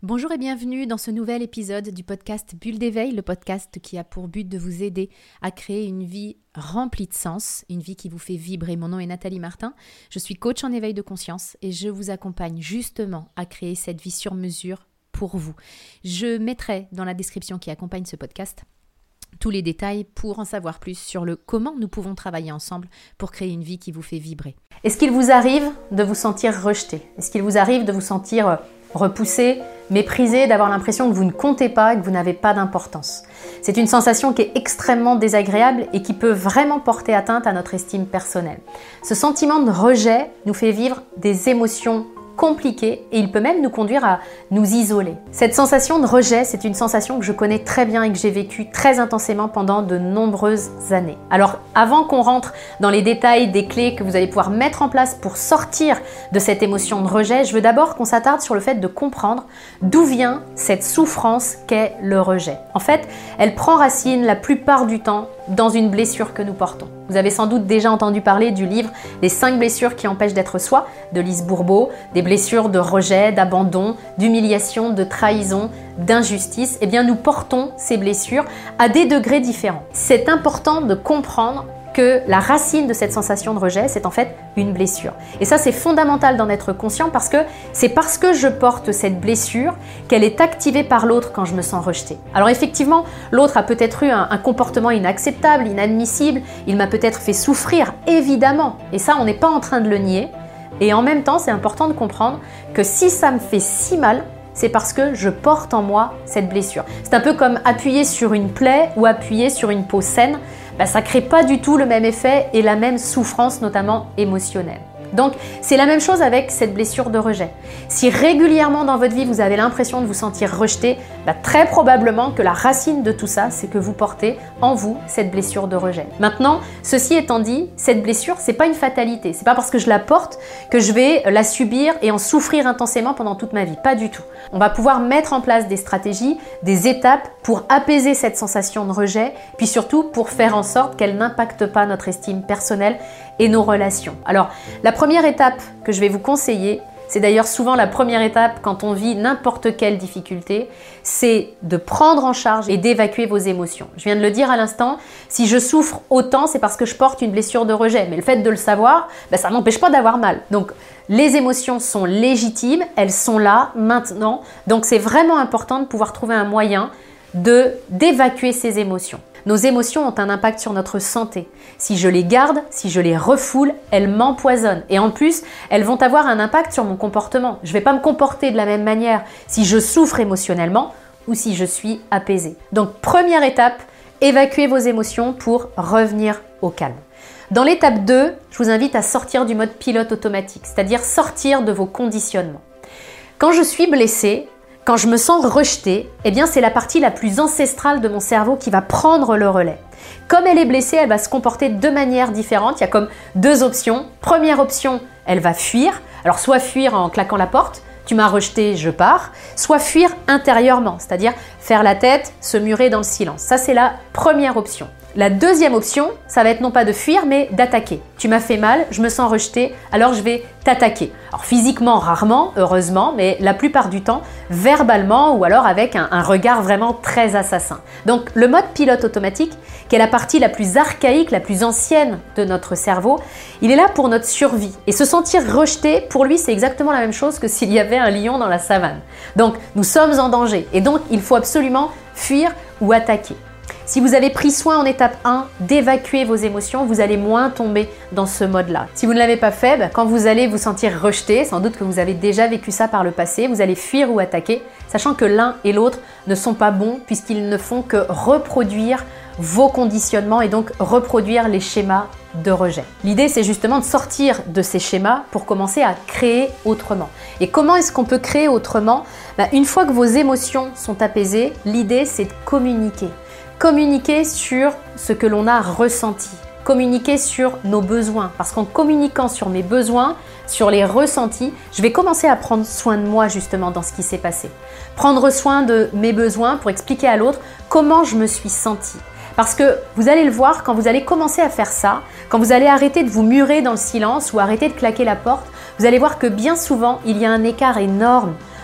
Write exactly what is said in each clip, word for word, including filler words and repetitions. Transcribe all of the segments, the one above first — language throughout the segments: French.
Bonjour et bienvenue dans ce nouvel épisode du podcast Bulle d'éveil, le podcast qui a pour but de vous aider à créer une vie remplie de sens, une vie qui vous fait vibrer. Mon nom est Nathalie Martin, je suis coach en éveil de conscience et je vous accompagne justement à créer cette vie sur mesure pour vous. Je mettrai dans la description qui accompagne ce podcast tous les détails pour en savoir plus sur le comment nous pouvons travailler ensemble pour créer une vie qui vous fait vibrer. Est-ce qu'il vous arrive de vous sentir rejeté? Est-ce qu'il vous arrive de vous sentir repoussé, méprisé, d'avoir l'impression que vous ne comptez pas et que vous n'avez pas d'importance? C'est une sensation qui est extrêmement désagréable et qui peut vraiment porter atteinte à notre estime personnelle. Ce sentiment de rejet nous fait vivre des émotions compliqué et il peut même nous conduire à nous isoler. Cette sensation de rejet, c'est une sensation que je connais très bien et que j'ai vécue très intensément pendant de nombreuses années. Alors, avant qu'on rentre dans les détails des clés que vous allez pouvoir mettre en place pour sortir de cette émotion de rejet, je veux d'abord qu'on s'attarde sur le fait de comprendre d'où vient cette souffrance qu'est le rejet. En fait, elle prend racine la plupart du temps dans une blessure que nous portons. Vous avez sans doute déjà entendu parler du livre « Les cinq blessures qui empêchent d'être soi » de Lise Bourbeau, des blessures de rejet, d'abandon, d'humiliation, de trahison, d'injustice. Eh bien, nous portons ces blessures à des degrés différents. C'est important de comprendre que la racine de cette sensation de rejet, c'est en fait une blessure. Et ça, c'est fondamental d'en être conscient parce que c'est parce que je porte cette blessure qu'elle est activée par l'autre quand je me sens rejetée. Alors effectivement, l'autre a peut-être eu un, un comportement inacceptable, inadmissible, il m'a peut-être fait souffrir, évidemment. Et ça, on n'est pas en train de le nier. Et en même temps, c'est important de comprendre que si ça me fait si mal, c'est parce que je porte en moi cette blessure. C'est un peu comme appuyer sur une plaie ou appuyer sur une peau saine. Ben, ça ne crée pas du tout le même effet et la même souffrance, notamment émotionnelle. Donc, c'est la même chose avec cette blessure de rejet. Si régulièrement dans votre vie, vous avez l'impression de vous sentir rejeté, ben, très probablement que la racine de tout ça, c'est que vous portez en vous cette blessure de rejet. Maintenant, ceci étant dit, cette blessure, c'est pas une fatalité. C'est pas parce que je la porte que je vais la subir et en souffrir intensément pendant toute ma vie. Pas du tout. On va pouvoir mettre en place des stratégies, des étapes pour apaiser cette sensation de rejet, puis surtout pour faire en sorte qu'elle n'impacte pas notre estime personnelle et nos relations. Alors, la première étape que je vais vous conseiller, c'est d'ailleurs souvent la première étape quand on vit n'importe quelle difficulté, c'est de prendre en charge et d'évacuer vos émotions. Je viens de le dire à l'instant, si je souffre autant, c'est parce que je porte une blessure de rejet. Mais le fait de le savoir, ben, ça n'empêche pas d'avoir mal. Donc, les émotions sont légitimes, elles sont là maintenant. Donc, c'est vraiment important de pouvoir trouver un moyen de d'évacuer ces émotions. Nos émotions ont un impact sur notre santé. Si je les garde, si je les refoule, elles m'empoisonnent. Et en plus, elles vont avoir un impact sur mon comportement. Je ne vais pas me comporter de la même manière si je souffre émotionnellement ou si je suis apaisée. Donc, première étape, évacuez vos émotions pour revenir au calme. Dans l'étape deux, je vous invite à sortir du mode pilote automatique, c'est-à-dire sortir de vos conditionnements. Quand je suis blessée, quand je me sens rejetée, eh bien c'est la partie la plus ancestrale de mon cerveau qui va prendre le relais. Comme elle est blessée, elle va se comporter de manière différente. Il y a comme deux options. Première option, elle va fuir. Alors soit fuir en claquant la porte, tu m'as rejeté, je pars. Soit fuir intérieurement, c'est-à-dire faire la tête, se murer dans le silence. Ça, c'est la première option. La deuxième option, ça va être non pas de fuir, mais d'attaquer. Tu m'as fait mal, je me sens rejetée, alors je vais t'attaquer. Alors physiquement, rarement, heureusement, mais la plupart du temps, verbalement ou alors avec un, un regard vraiment très assassin. Donc le mode pilote automatique, qui est la partie la plus archaïque, la plus ancienne de notre cerveau, il est là pour notre survie. Et se sentir rejeté, pour lui, c'est exactement la même chose que s'il y avait un lion dans la savane. Donc nous sommes en danger et donc il faut absolument fuir ou attaquer. Si vous avez pris soin en étape un d'évacuer vos émotions, vous allez moins tomber dans ce mode-là. Si vous ne l'avez pas fait, ben, quand vous allez vous sentir rejeté, sans doute que vous avez déjà vécu ça par le passé, vous allez fuir ou attaquer, sachant que l'un et l'autre ne sont pas bons puisqu'ils ne font que reproduire vos conditionnements et donc reproduire les schémas de rejet. L'idée, c'est justement de sortir de ces schémas pour commencer à créer autrement. Et comment est-ce qu'on peut créer autrement? Ben, une fois que vos émotions sont apaisées, l'idée, c'est de communiquer. Communiquer sur ce que l'on a ressenti, communiquer sur nos besoins. Parce qu'en communiquant sur mes besoins, sur les ressentis, je vais commencer à prendre soin de moi justement dans ce qui s'est passé. Prendre soin de mes besoins pour expliquer à l'autre comment je me suis sentie. Parce que vous allez le voir, quand vous allez commencer à faire ça, quand vous allez arrêter de vous murer dans le silence ou arrêter de claquer la porte, vous allez voir que bien souvent, il y a un écart énorme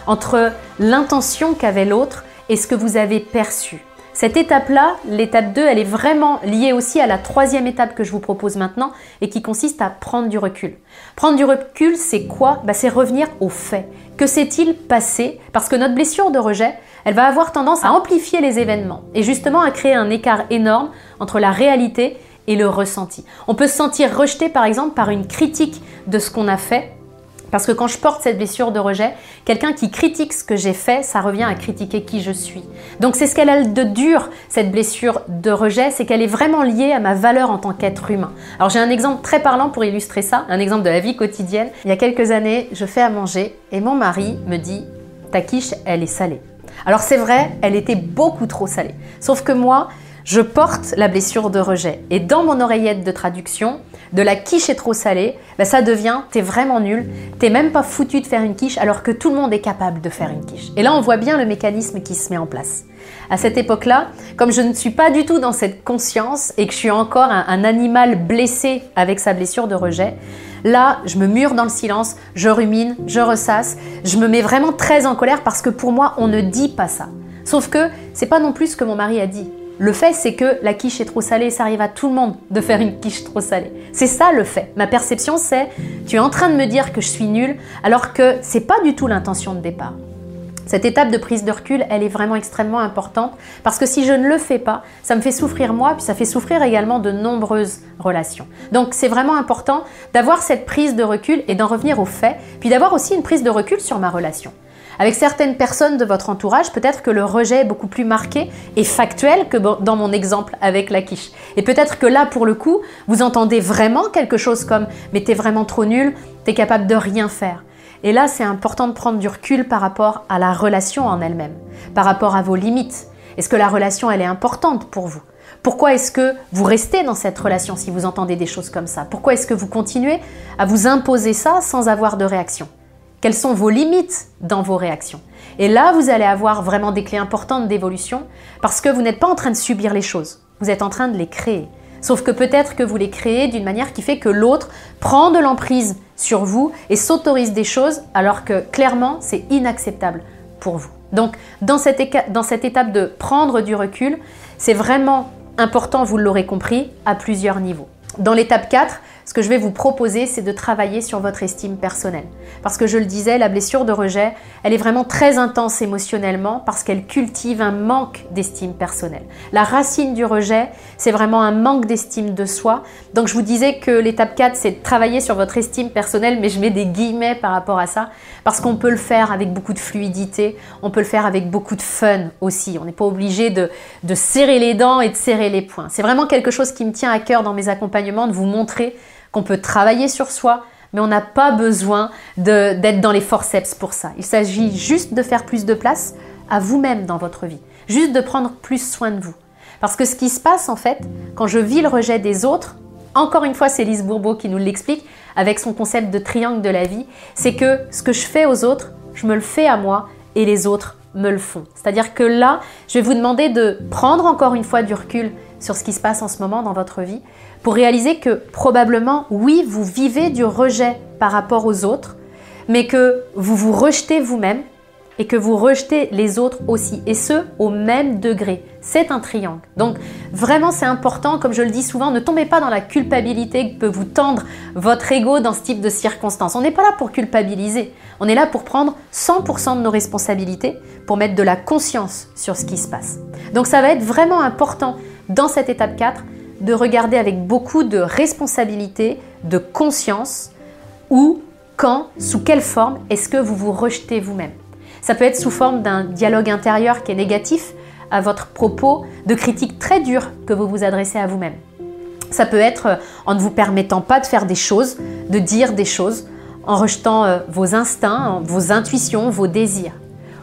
entre l'intention qu'avait l'autre et ce que vous avez perçu. Cette étape-là, l'étape deux, elle est vraiment liée aussi à la troisième étape que je vous propose maintenant et qui consiste à prendre du recul. Prendre du recul, c'est quoi? Bah, c'est revenir aux faits. Que s'est-il passé? Parce que notre blessure de rejet, elle va avoir tendance à amplifier les événements et justement à créer un écart énorme entre la réalité et le ressenti. On peut se sentir rejeté par exemple par une critique de ce qu'on a fait. Parce que quand je porte cette blessure de rejet, quelqu'un qui critique ce que j'ai fait, ça revient à critiquer qui je suis. Donc c'est ce qu'elle a de dur, cette blessure de rejet, c'est qu'elle est vraiment liée à ma valeur en tant qu'être humain. Alors j'ai un exemple très parlant pour illustrer ça, un exemple de la vie quotidienne. Il y a quelques années, je fais à manger et mon mari me dit « ta quiche, elle est salée ». Alors c'est vrai, elle était beaucoup trop salée. Sauf que moi, je porte la blessure de rejet. Et dans mon oreillette de traduction, de la quiche est trop salée, ben ça devient t'es vraiment nul, t'es même pas foutu de faire une quiche alors que tout le monde est capable de faire une quiche. Et là, on voit bien le mécanisme qui se met en place. À cette époque-là, comme je ne suis pas du tout dans cette conscience et que je suis encore un, un animal blessé avec sa blessure de rejet, là, je me mure dans le silence, je rumine, je ressasse, je me mets vraiment très en colère parce que pour moi, on ne dit pas ça. Sauf que c'est pas non plus ce que mon mari a dit. Le fait, c'est que la quiche est trop salée, ça arrive à tout le monde de faire une quiche trop salée. C'est ça le fait. Ma perception, c'est tu es en train de me dire que je suis nulle alors que c'est pas du tout l'intention de départ. Cette étape de prise de recul, elle est vraiment extrêmement importante parce que si je ne le fais pas, ça me fait souffrir moi, puis ça fait souffrir également de nombreuses relations. Donc c'est vraiment important d'avoir cette prise de recul et d'en revenir aux faits, puis d'avoir aussi une prise de recul sur ma relation. Avec certaines personnes de votre entourage, peut-être que le rejet est beaucoup plus marqué et factuel que dans mon exemple avec la quiche. Et peut-être que là, pour le coup, vous entendez vraiment quelque chose comme « mais t'es vraiment trop nul, t'es capable de rien faire ». Et là, c'est important de prendre du recul par rapport à la relation en elle-même, par rapport à vos limites. Est-ce que la relation, elle est importante pour vous? Pourquoi est-ce que vous restez dans cette relation si vous entendez des choses comme ça? Pourquoi est-ce que vous continuez à vous imposer ça sans avoir de réaction? Quelles sont vos limites dans vos réactions? Et là, vous allez avoir vraiment des clés importantes d'évolution parce que vous n'êtes pas en train de subir les choses, vous êtes en train de les créer. Sauf que peut-être que vous les créez d'une manière qui fait que l'autre prend de l'emprise sur vous et s'autorise des choses alors que clairement, c'est inacceptable pour vous. Donc, dans cette, éca- dans cette étape de prendre du recul, c'est vraiment important, vous l'aurez compris, à plusieurs niveaux. Dans l'étape quatre, ce que je vais vous proposer, c'est de travailler sur votre estime personnelle. Parce que je le disais, la blessure de rejet, elle est vraiment très intense émotionnellement parce qu'elle cultive un manque d'estime personnelle. La racine du rejet, c'est vraiment un manque d'estime de soi. Donc je vous disais que l'étape quatre, c'est de travailler sur votre estime personnelle, mais je mets des guillemets par rapport à ça, parce qu'on peut le faire avec beaucoup de fluidité, on peut le faire avec beaucoup de fun aussi. On n'est pas obligé de, de serrer les dents et de serrer les poings. C'est vraiment quelque chose qui me tient à cœur dans mes accompagnements, de vous montrer qu'on peut travailler sur soi, mais on n'a pas besoin de, d'être dans les forceps pour ça. Il s'agit juste de faire plus de place à vous-même dans votre vie, juste de prendre plus soin de vous. Parce que ce qui se passe en fait, quand je vis le rejet des autres, encore une fois c'est Lise Bourbeau qui nous l'explique avec son concept de triangle de la vie, c'est que ce que je fais aux autres, je me le fais à moi et les autres me le font. C'est-à-dire que là, je vais vous demander de prendre encore une fois du recul sur ce qui se passe en ce moment dans votre vie pour réaliser que probablement, oui, vous vivez du rejet par rapport aux autres, mais que vous vous rejetez vous-même et que vous rejetez les autres aussi, et ce, au même degré. C'est un triangle. Donc, vraiment, c'est important, comme je le dis souvent, ne tombez pas dans la culpabilité que peut vous tendre votre ego dans ce type de circonstances. On n'est pas là pour culpabiliser, on est là pour prendre cent pour cent de nos responsabilités, pour mettre de la conscience sur ce qui se passe. Donc, ça va être vraiment important, dans cette étape quatre, de regarder avec beaucoup de responsabilité, de conscience, où, quand, sous quelle forme est-ce que vous vous rejetez vous-même. Ça peut être sous forme d'un dialogue intérieur qui est négatif à votre propos, de critiques très dures que vous vous adressez à vous-même. Ça peut être en ne vous permettant pas de faire des choses, de dire des choses, en rejetant vos instincts, vos intuitions, vos désirs.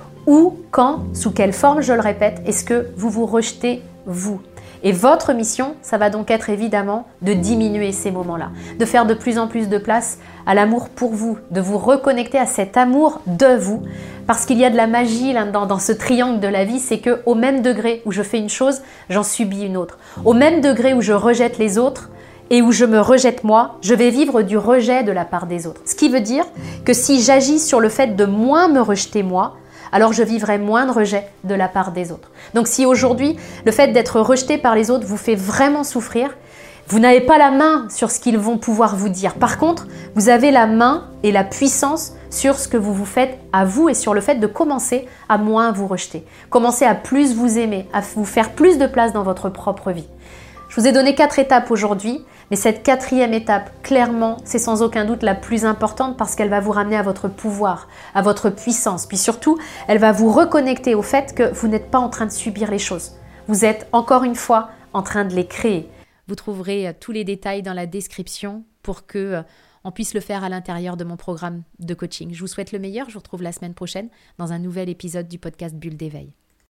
Ou quand, sous quelle forme, je le répète, est-ce que vous vous rejetez vous ? Et votre mission, ça va donc être évidemment de diminuer ces moments-là, de faire de plus en plus de place à l'amour pour vous, de vous reconnecter à cet amour de vous, parce qu'il y a de la magie là-dedans, dans ce triangle de la vie, c'est qu'au même degré où je fais une chose, j'en subis une autre. Au même degré où je rejette les autres, et où je me rejette moi, je vais vivre du rejet de la part des autres. Ce qui veut dire que si j'agis sur le fait de moins me rejeter moi, alors je vivrai moins de rejet de la part des autres. Donc si aujourd'hui, le fait d'être rejeté par les autres vous fait vraiment souffrir, vous n'avez pas la main sur ce qu'ils vont pouvoir vous dire. Par contre, vous avez la main et la puissance sur ce que vous vous faites à vous et sur le fait de commencer à moins vous rejeter. Commencer à plus vous aimer, à vous faire plus de place dans votre propre vie. Je vous ai donné quatre étapes aujourd'hui, mais cette quatrième étape, clairement, c'est sans aucun doute la plus importante parce qu'elle va vous ramener à votre pouvoir, à votre puissance. Puis surtout, elle va vous reconnecter au fait que vous n'êtes pas en train de subir les choses. Vous êtes, encore une fois, en train de les créer. Vous trouverez tous les détails dans la description pour que on puisse le faire à l'intérieur de mon programme de coaching. Je vous souhaite le meilleur. Je vous retrouve la semaine prochaine dans un nouvel épisode du podcast Bulle d'éveil.